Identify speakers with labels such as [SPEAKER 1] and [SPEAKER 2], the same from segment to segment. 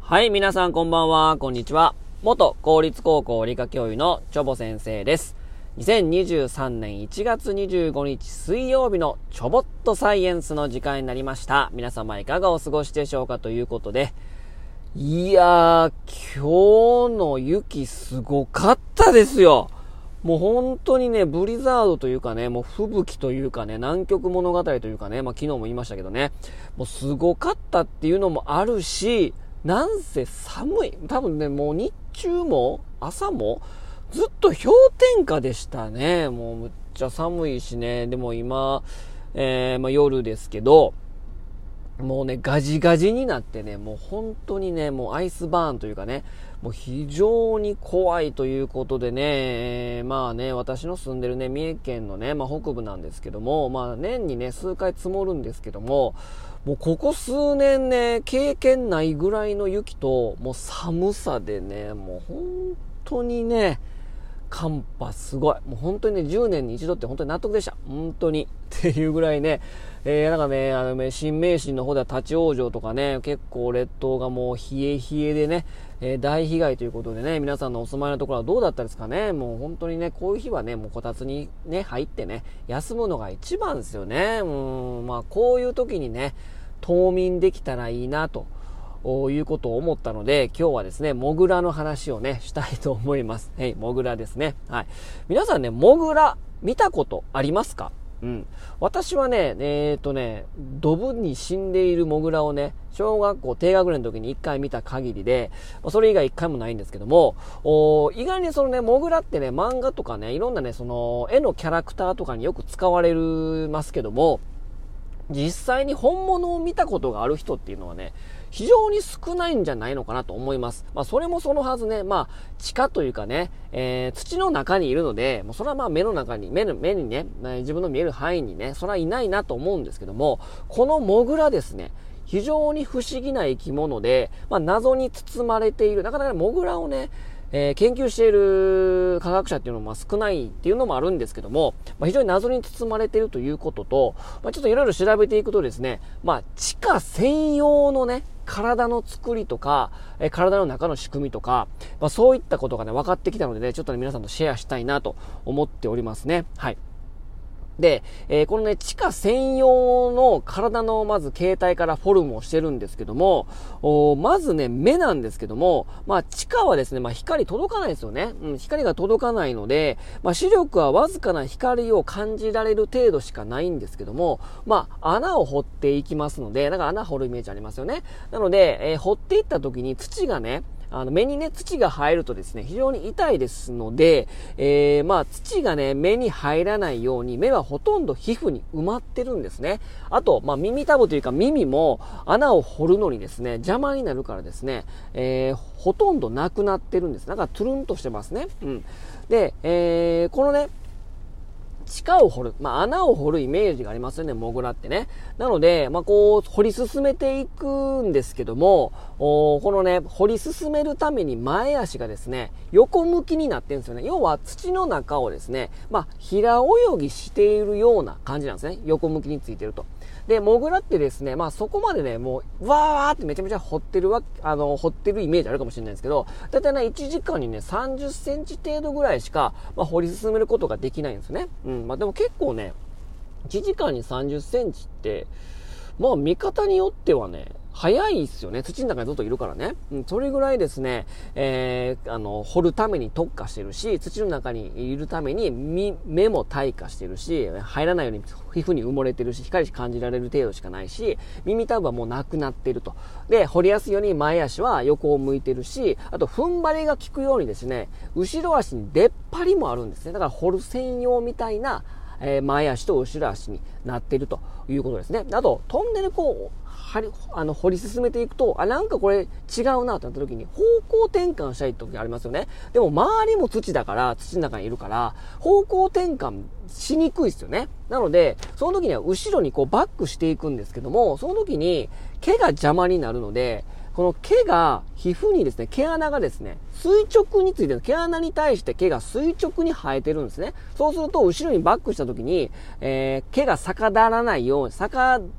[SPEAKER 1] はい、皆さんこんばんは、こんにちは。元公立高校理科教諭のチョボ先生です。2023年1月25日水曜日のちょぼっとサイエンスの時間になりました。皆様いかがお過ごしでしょうかということで、いやー、今日の雪すごかったですよ。もう本当にね、ブリザードというかね、もう吹雪というかね、南極物語というかね、昨日も言いましたけどね、もうすごかったっていうのもあるし、なんせ寒い。多分ね、もう日中も朝もずっと氷点下でしたね。もうむっちゃ寒いしね。でも今、夜ですけど、もうね、ガジガジになってね、もう本当にね、もうアイスバーンというかね、もう非常に怖いということでね、私の住んでるね、三重県のね、北部なんですけども、年にね、数回積もるんですけども、もうここ数年ね、経験ないぐらいの雪と、もう寒さでね、もう本当にね、寒波すごい。もう本当にね、10年に一度って本当に納得でした。本当に。っていうぐらいね、新名神の方では立ち往生とかね、結構列島がもう冷え冷えでね、大被害ということでね、皆さんのお住まいのところはどうだったですかね。もう本当にね、こういう日はね、もうこたつにね、入ってね、休むのが一番ですよね。こういう時にね、冬眠できたらいいなと。いうことを思ったので、今日はですね、モグラの話をね、したいと思います。はい、モグラですね。はい。皆さんね、モグラ見たことありますか？私はね、ドブに死んでいるモグラをね、小学校低学年の時に一回見た限りで、それ以外一回もないんですけども、意外にそのね、モグラってね、漫画とかね、いろんなね、その、絵のキャラクターとかによく使われますけども、実際に本物を見たことがある人っていうのはね、非常に少ないんじゃないのかなと思います。それもそのはずね、地下というかね、土の中にいるので、それは目の中に、目にね、自分の見える範囲にね、それはいないなと思うんですけども、このモグラですね、非常に不思議な生き物で、謎に包まれている、なかなかモグラをね、研究している科学者っていうのも少ないっていうのもあるんですけども、非常に謎に包まれているということと、ちょっといろいろ調べていくとですね、地下専用のね、体の作りとか、体の中の仕組みとか、そういったことがね、分かってきたのでね、ちょっとね、皆さんとシェアしたいなと思っておりますね。はい。で、このね、地下専用の体のまず形態からフォルムをしてるんですけども、まずね、目なんですけども、地下はですね、光届かないですよね。光が届かないので、視力はわずかな光を感じられる程度しかないんですけども、穴を掘っていきますので、穴掘るイメージありますよね。なので、掘っていった時に土がね、目にね、土が入るとですね、非常に痛いですので、土がね、目に入らないように、目はほとんど皮膚に埋まってるんですね。あと、耳たぶというか耳も穴を掘るのにですね、邪魔になるからですね、ほとんどなくなってるんです。だからトゥルンとしてますね。で、このね、地下を掘る。穴を掘るイメージがありますよね、モグラってね。なので、こう、掘り進めていくんですけども、このね、掘り進めるために前足がですね、横向きになってるんですよね。要は土の中をですね、平泳ぎしているような感じなんですね。横向きについてると。で、モグラってですね、そこまでね、もう、わーってめちゃめちゃ掘ってるイメージあるかもしれないですけど、だいたいね、1時間にね、30センチ程度ぐらいしか、掘り進めることができないんですね。でも結構ね、1時間に30センチって、見方によってはね、早いですよね。土の中にずっといるからね。それぐらいですね、掘るために特化してるし、土の中にいるために目も退化してるし、入らないように皮膚に埋もれてるし、光感じられる程度しかないし、耳たぶはもうなくなってると。で、掘りやすいように前足は横を向いてるし、あと踏ん張りが効くようにですね、後ろ足に出っ張りもあるんですね。だから掘る専用みたいな、前足と後ろ足になっているということですね。あと、トンネル掘り進めていくと、なんかこれ違うなとなった時に方向転換したい時ありますよね。でも周りも土だから、土の中にいるから、方向転換しにくいですよね。なので、その時には後ろにこうバックしていくんですけども、その時に毛が邪魔になるので、この毛が皮膚にですね、毛穴がですね、垂直についてる、毛穴に対して毛が垂直に生えてるんですね。そうすると後ろにバックした時に、毛が逆立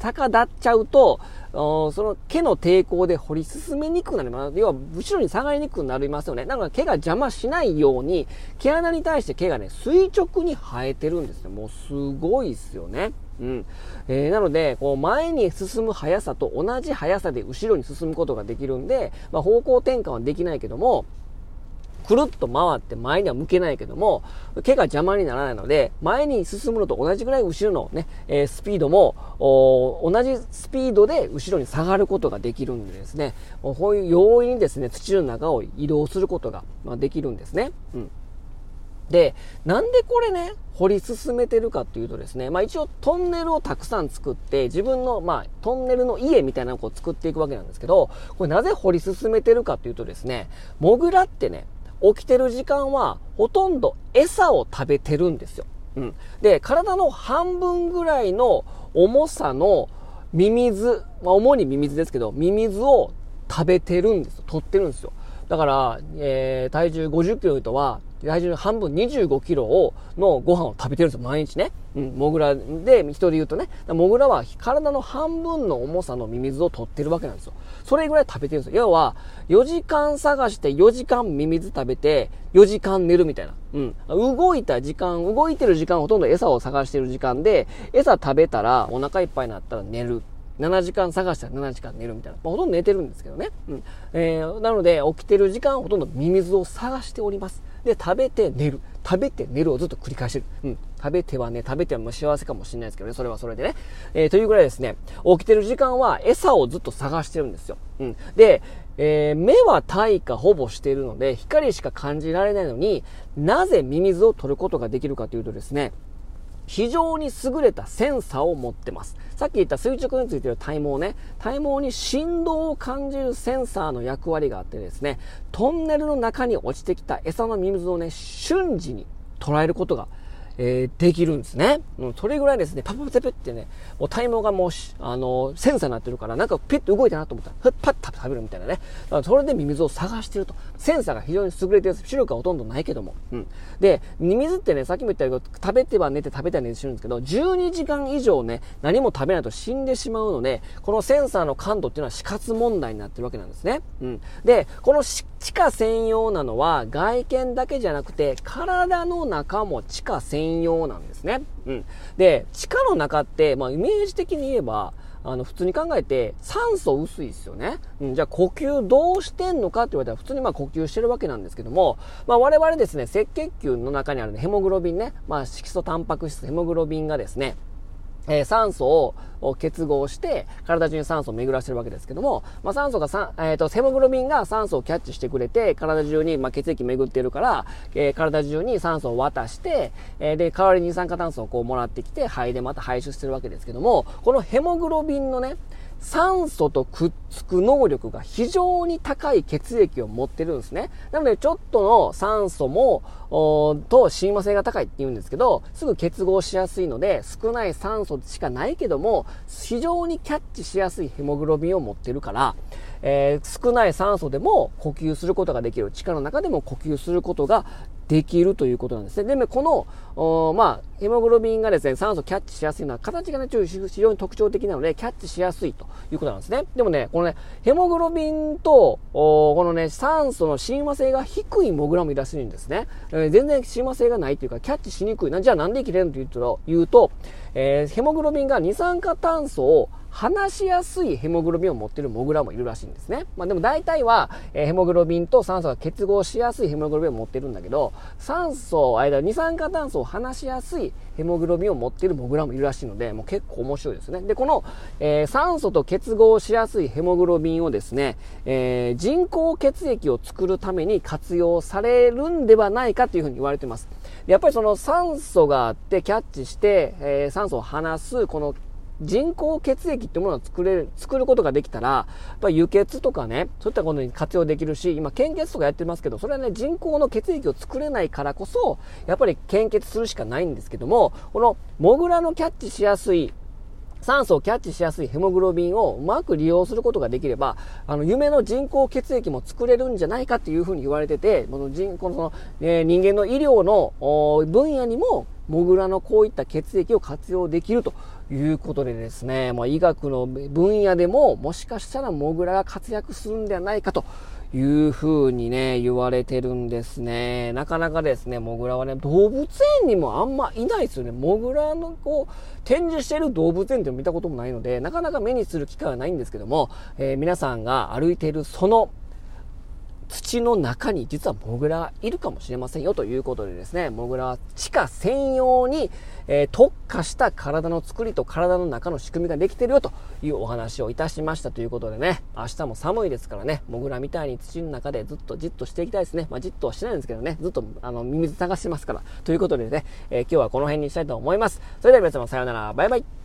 [SPEAKER 1] 逆立っちゃうと、その毛の抵抗で掘り進めにくくなります。要は、後ろに下がりにくくなりますよね。だから毛が邪魔しないように、毛穴に対して毛がね、垂直に生えてるんですね。もうすごいですよね。なので、こう前に進む速さと同じ速さで後ろに進むことができるんで、方向転換はできないけども、くるっと回って前には向けないけども、毛が邪魔にならないので、前に進むのと同じぐらい後ろのね、スピードも、同じスピードで後ろに下がることができるんでですね、こういう容易にですね、土の中を移動することができるんですね。で、なんでこれね、掘り進めてるかっていうとですね、一応トンネルをたくさん作って、自分の、トンネルの家みたいなのを作っていくわけなんですけど、これなぜ掘り進めてるかっていうとですね、モグラってね、起きてる時間はほとんど餌を食べてるんですよ。で、体の半分ぐらいの重さのミミズ、主にミミズですけど、ミミズを食べてるんですよ。取ってるんですよ。だから、体重50キロの人は、体重の半分25キロのご飯を食べてるんですよ、毎日ね。モグラで、人で言うとね、モグラは体の半分の重さのミミズを取ってるわけなんですよ。それぐらい食べてるんですよ。要は、4時間探して4時間ミミズ食べて、4時間寝るみたいな。動いてる時間ほとんど餌を探してる時間で、餌食べたらお腹いっぱいになったら寝る。7時間探したら7時間寝るみたいな。ほとんど寝てるんですけどね。なので、起きてる時間ほとんどミミズを探しております。で、食べて寝る。食べて寝るをずっと繰り返してる。食べてはもう幸せかもしれないですけどね。それはそれでね。というぐらいですね、起きてる時間は餌をずっと探してるんですよ。で、目は退化ほぼしているので、光しか感じられないのになぜミミズを取ることができるかというとですね、非常に優れたセンサーを持ってます。さっき言った垂直についている体毛ね、体毛に振動を感じるセンサーの役割があってですね、トンネルの中に落ちてきた餌のミミズをね、瞬時に捉えることができるんですね。それぐらいですね、パッパッパッパッってね、もう体毛がもうセンサーになってるから、なんかピッと動いたなと思ったら、パッと食べるみたいなね。だからそれでミミズを探してると。センサーが非常に優れてる。視力はほとんどないけども。で、ミミズってね、さっきも言ったように、食べては寝て食べては寝てしてるんですけど、12時間以上ね、何も食べないと死んでしまうので、このセンサーの感度っていうのは死活問題になってるわけなんですね。で、この地下専用なのは、外見だけじゃなくて、体の中も地下専用なんですね。で、地下の中って、イメージ的に言えば、普通に考えて酸素薄いですよね。じゃあ呼吸どうしてんのかって言われたら普通に呼吸してるわけなんですけども、我々ですね、赤血球の中にあるヘモグロビンね、色素タンパク質ヘモグロビンがですね、酸素を結合して体中に酸素を巡らしてるわけですけども、酸素がヘモグロビンが酸素をキャッチしてくれて体中に血液巡っているから、体中に酸素を渡して、で代わりに二酸化炭素をこうもらってきて肺でまた排出してるわけですけども、このヘモグロビンのね、酸素とくっつく能力が非常に高い血液を持ってるんですね。なのでちょっとの酸素もと親和性が高いって言うんですけど、すぐ結合しやすいので、少ない酸素しかないけども非常にキャッチしやすいヘモグロビンを持ってるから、少ない酸素でも呼吸することができる、地下の中でも呼吸することができるということなんですね。で、このヘモグロビンがですね、酸素をキャッチしやすいのは形がね、非常に特徴的なのでキャッチしやすいということなんですね。でもね、このね、ヘモグロビンとこのね、酸素の親和性が低いモグラもいらっしゃるんですね。全然親和性がないというかキャッチしにくい。じゃあなんで生きれるのというと、ヘモグロビンが二酸化炭素を離しやすいヘモグロビンを持っているモグラもいるらしいんですね。でも大体は、ヘモグロビンと酸素が結合しやすいヘモグロビンを持っているんだけど、二酸化炭素を離しやすいヘモグロビンを持っているモグラもいるらしいので、もう結構面白いですね。で、この、酸素と結合しやすいヘモグロビンをですね、人工血液を作るために活用されるんではないかというふうに言われています。やっぱりその酸素があってキャッチして、酸素を離すこの人工血液ってものを作ることができたら、やっぱり輸血とかね、そういったことに活用できるし、今献血とかやってますけど、それはね、人工の血液を作れないからこそ、やっぱり献血するしかないんですけども、このモグラのキャッチしやすい酸素をキャッチしやすいヘモグロビンをうまく利用することができれば、夢の人工血液も作れるんじゃないかっていうふうに言われてて、人間の医療の分野にも、モグラのこういった血液を活用できるということでですね、医学の分野でももしかしたらモグラが活躍するんではないかというふうにね、言われてるんですね。なかなかですね、モグラはね、動物園にもあんまいないですよね。モグラの展示している動物園って見たこともないので、なかなか目にする機会はないんですけども、皆さんが歩いているその土の中に実はモグラがいるかもしれませんよということでですね、モグラは地下専用に、特化した体の作りと体の中の仕組みができているよというお話をいたしましたということでね、明日も寒いですからね、モグラみたいに土の中でずっとじっとしていきたいですね。じっとはしてないんですけどね、ずっとミミズ探してますから。ということでね、今日はこの辺にしたいと思います。それでは皆様さようなら、バイバイ。